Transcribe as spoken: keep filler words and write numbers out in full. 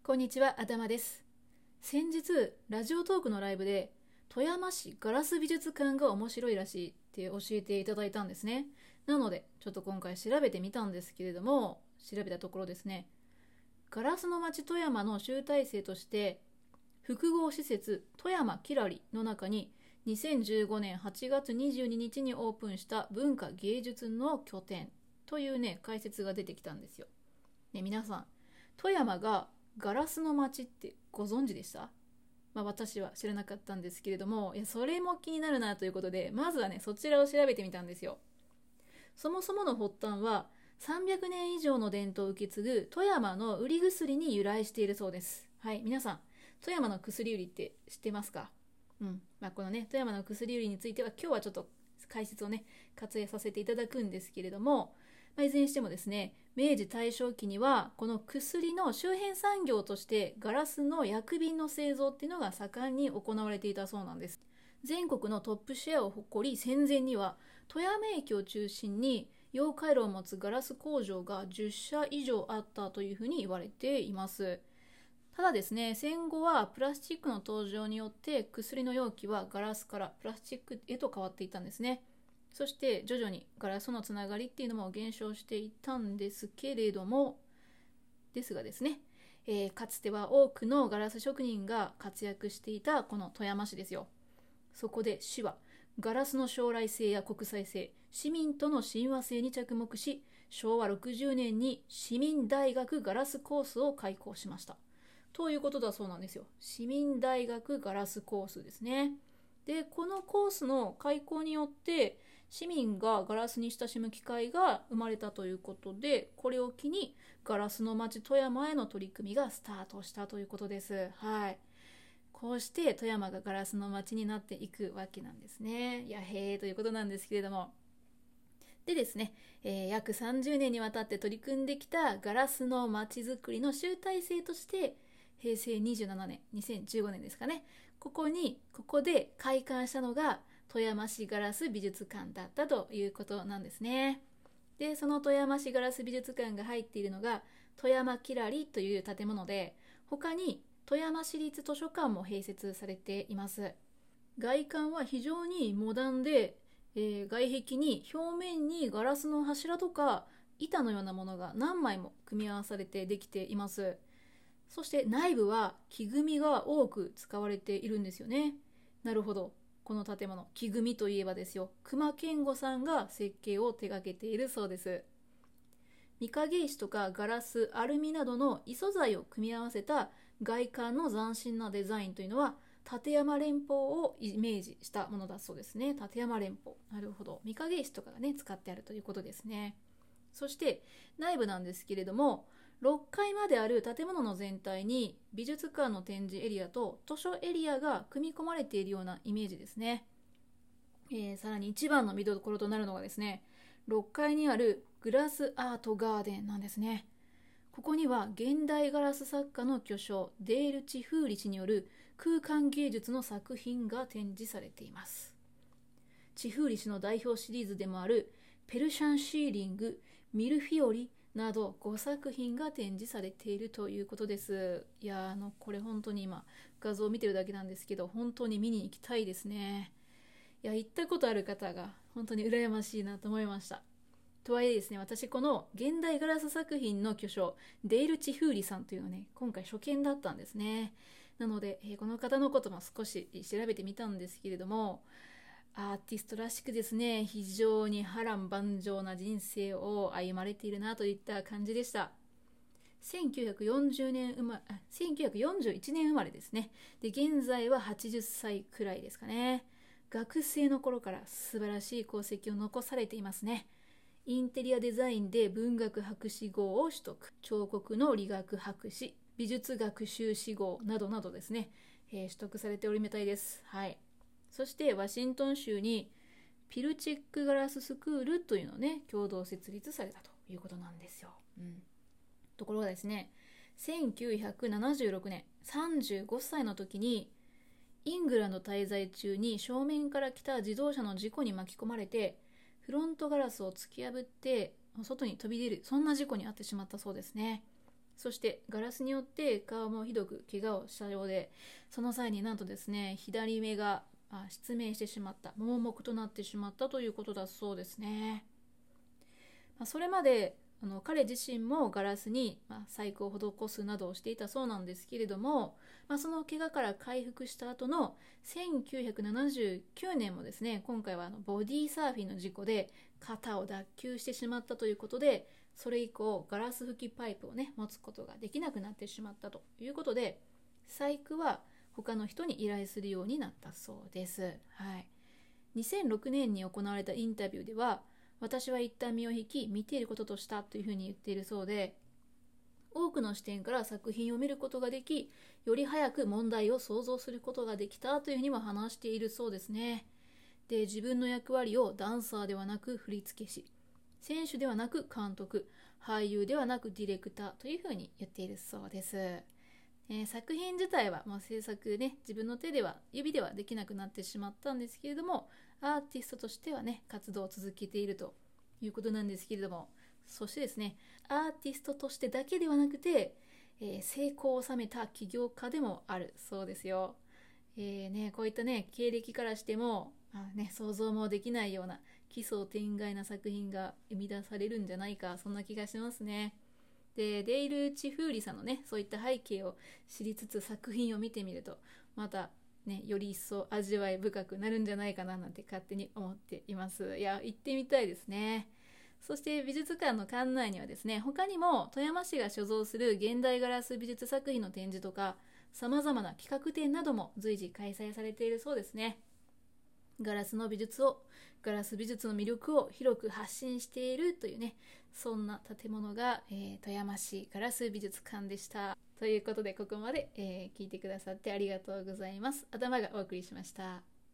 こんにちは、あだまです。先日、ラジオトークのライブで、富山市ガラス美術館が面白いらしいって教えていただいたんですね。なので、ちょっと今回調べてみたんですけれども、調べたところですね、ガラスの町富山の集大成として、複合施設富山きらりの中に、にせんじゅうごねんはちがつにじゅうににちにオープンした文化芸術の拠点というね、解説が出てきたんですよ。ね、皆さん、富山がガラスの街ってご存知でした？まあ、私は知らなかったんですけれども、いやそれも気になるなということで、まずはねそちらを調べてみたんですよ。そもそもの発端はさんびゃくねん以上の伝統を受け継ぐ富山の売り薬に由来しているそうです。はい、皆さん富山の薬売りって知ってますか？うんまあ、このね富山の薬売りについては今日はちょっと解説をね割愛させていただくんですけれども、まあ、いずれにしてもですね、明治大正期にはこの薬の周辺産業としてガラスの薬瓶の製造っていうのが盛んに行われていたそうなんです。全国のトップシェアを誇り、戦前には富山駅を中心に溶回路を持つガラス工場がじゅっしゃ以上あったというふうに言われています。ただですね、戦後はプラスチックの登場によって薬の容器はガラスからプラスチックへと変わっていったんですね。そして徐々にガラスのつながりっていうのも減少していったんですけれども、ですがですね、えー、かつては多くのガラス職人が活躍していたこの富山市ですよ。そこで市はガラスの将来性や国際性、市民との親和性に着目し、しょうわろくじゅうねんに市民大学ガラスコースを開校しました。ということだそうなんですよ。市民大学ガラスコースですね。で、このコースの開校によって市民がガラスに親しむ機会が生まれたということで、これを機にガラスの町富山への取り組みがスタートしたということです。はい。こうして富山がガラスの町になっていくわけなんですね。いやへーということなんですけれども。でですね、えー、約さんじゅうねんにわたって取り組んできたガラスの町づくりの集大成として、へいせいにじゅうななねん、にせんじゅうごねんですかね、ここに、ここで開館したのが富山市ガラス美術館だったということなんですね。で、その富山市ガラス美術館が入っているのが富山きらりという建物で、他に富山市立図書館も併設されています。外観は非常にモダンで、えー、外壁に表面にガラスの柱とか板のようなものが何枚も組み合わされてできています。そして内部は木組みが多く使われているんですよね。なるほど。この建物、木組みといえばですよ、隈研吾さんが設計を手掛けているそうです。御影石とかガラス、アルミなどの異素材を組み合わせた外観の斬新なデザインというのは、立山連峰をイメージしたものだそうですね。立山連峰。なるほど。御影石とかがね、使ってあるということですね。そして内部なんですけれども、ろっかいまである建物の全体に美術館の展示エリアと図書エリアが組み込まれているようなイメージですね。えー、さらに一番の見どころとなるのがですね、ろっかいにあるグラスアートガーデンなんですね。ここには現代ガラス作家の巨匠デール・チフーリ氏による空間芸術の作品が展示されています。チフーリ氏の代表シリーズでもあるペルシャンシーリング、ミルフィオリなどごさく品が展示されているということです。いやあのこれ本当に今画像を見てるだけなんですけど、本当に見に行きたいですね。いや行ったことある方が本当に羨ましいなと思いました。とはいえですね、私この現代ガラス作品の巨匠デール・チフーリさんというのはね、今回初見だったんですね。なので、えーこの方のことも少し調べてみたんですけれども、アーティストらしくですね、非常に波乱万丈な人生を歩まれているなといった感じでした。せんきゅうひゃくよんじゅうねん生ませんきゅうひゃくよんじゅういちねん生まれですね。で、現在ははちじゅっさいくらいですかね。学生の頃から素晴らしい功績を残されていますね。インテリアデザインで文学博士号を取得、彫刻の理学博士、美術学修士号などなどですね、えー取得されておりみたいです。はい。そしてワシントン州にピルチェックガラススクールというのをね、共同設立されたということなんですよ。うん、ところがですね、せんきゅうひゃくななじゅうろくねん、さんじゅうごさいの時にイングランド滞在中に正面から来た自動車の事故に巻き込まれて、フロントガラスを突き破って外に飛び出る、そんな事故に遭ってしまったそうですね。 そしてガラスによって顔もひどく怪我をしたようで、その際になんとですね、左目が失明してしまった、盲目となってしまったということだそうですね。まあ、それまであの彼自身もガラスに、まあ、細工を施すなどをしていたそうなんですけれども、まあ、その怪我から回復した後のせんきゅうひゃくななじゅうきゅうねんもですね、今回はあのボディーサーフィンの事故で肩を脱臼してしまったということで、それ以降ガラス吹きパイプをね持つことができなくなってしまったということで、細工は他の人に依頼するようになったそうです。はい、にせんろくねんに行われたインタビューでは、私は一旦身を引き見ていることとしたというふうに言っているそうで、多くの視点から作品を見ることができ、より早く問題を想像することができたというふうにも話しているそうですね。で、自分の役割をダンサーではなく振付師、選手ではなく監督、俳優ではなくディレクターというふうに言っているそうです。えー、作品自体は、まあ、制作ね、自分の手では指ではできなくなってしまったんですけれども、アーティストとしてはね活動を続けているということなんですけれども、そしてですね、アーティストとしてだけではなくて、えー、成功を収めた起業家でもあるそうですよ。えーね、こういったね経歴からしても、まあね、想像もできないような奇想天外な作品が生み出されるんじゃないか、そんな気がしますね。で、デイル・チフーリさんのねそういった背景を知りつつ作品を見てみると、またね、より一層味わい深くなるんじゃないかななんて勝手に思っています。いや、行ってみたいですね。そして美術館の館内にはですね、他にも富山市が所蔵する現代ガラス美術作品の展示とか、さまざまな企画展なども随時開催されているそうですね。ガラスの美術を、ガラス美術の魅力を広く発信しているというね、そんな建物が、えー、富山市ガラス美術館でした。ということで、ここまで、えー、聞いてくださってありがとうございます。頭がお送りしました。